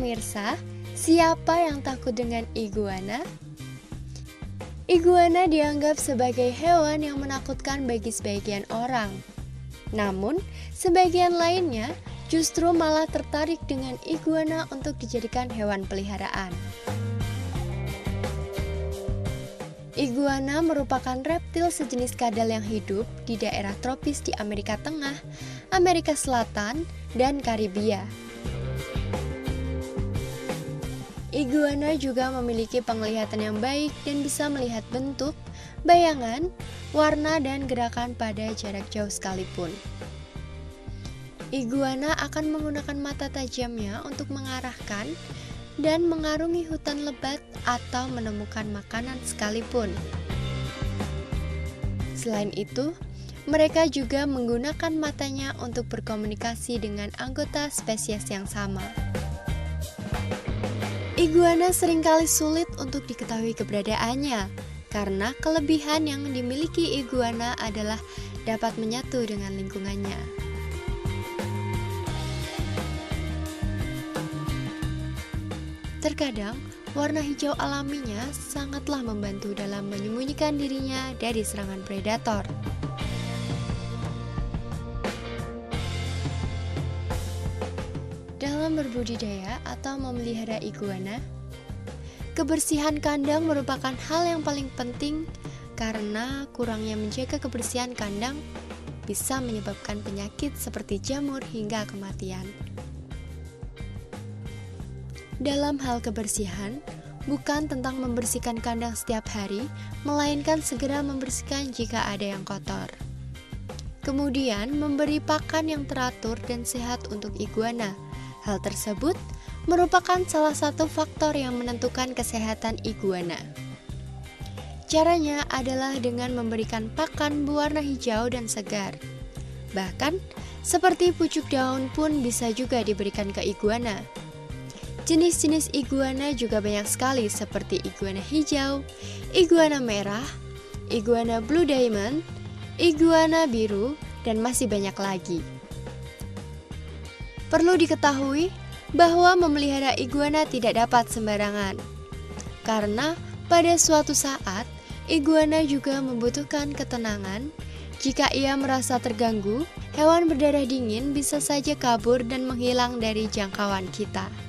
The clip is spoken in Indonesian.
pemirsa, siapa yang takut dengan iguana? Iguana dianggap sebagai hewan yang menakutkan bagi sebagian orang. Namun, sebagian lainnya justru malah tertarik dengan iguana untuk dijadikan hewan peliharaan. Iguana merupakan reptil sejenis kadal yang hidup di daerah tropis di Amerika Tengah, Amerika Selatan, dan Karibia. Iguana juga memiliki penglihatan yang baik dan bisa melihat bentuk, bayangan, warna, dan gerakan pada jarak jauh sekalipun. Iguana akan menggunakan mata tajamnya untuk mengarahkan dan mengarungi hutan lebat atau menemukan makanan sekalipun. Selain itu, mereka juga menggunakan matanya untuk berkomunikasi dengan anggota spesies yang sama. Iguana seringkali sulit untuk diketahui keberadaannya, karena kelebihan yang dimiliki iguana adalah dapat menyatu dengan lingkungannya. Terkadang, warna hijau alaminya sangatlah membantu dalam menyembunyikan dirinya dari serangan predator. Dalam berbudidaya atau memelihara iguana, kebersihan kandang merupakan hal yang paling penting karena kurangnya menjaga kebersihan kandang bisa menyebabkan penyakit seperti jamur hingga kematian. Dalam hal kebersihan, bukan tentang membersihkan kandang setiap hari, melainkan segera membersihkan jika ada yang kotor. Kemudian, memberi pakan yang teratur dan sehat untuk iguana. Hal tersebut merupakan salah satu faktor yang menentukan kesehatan iguana. Caranya adalah dengan memberikan pakan berwarna hijau dan segar. Bahkan, seperti pucuk daun pun bisa juga diberikan ke iguana. Jenis-jenis iguana juga banyak sekali seperti iguana hijau, iguana merah, iguana blue diamond, iguana biru, dan masih banyak lagi. Perlu diketahui bahwa memelihara iguana tidak dapat sembarangan, karena pada suatu saat iguana juga membutuhkan ketenangan. Jika ia merasa terganggu, hewan berdarah dingin bisa saja kabur dan menghilang dari jangkauan kita.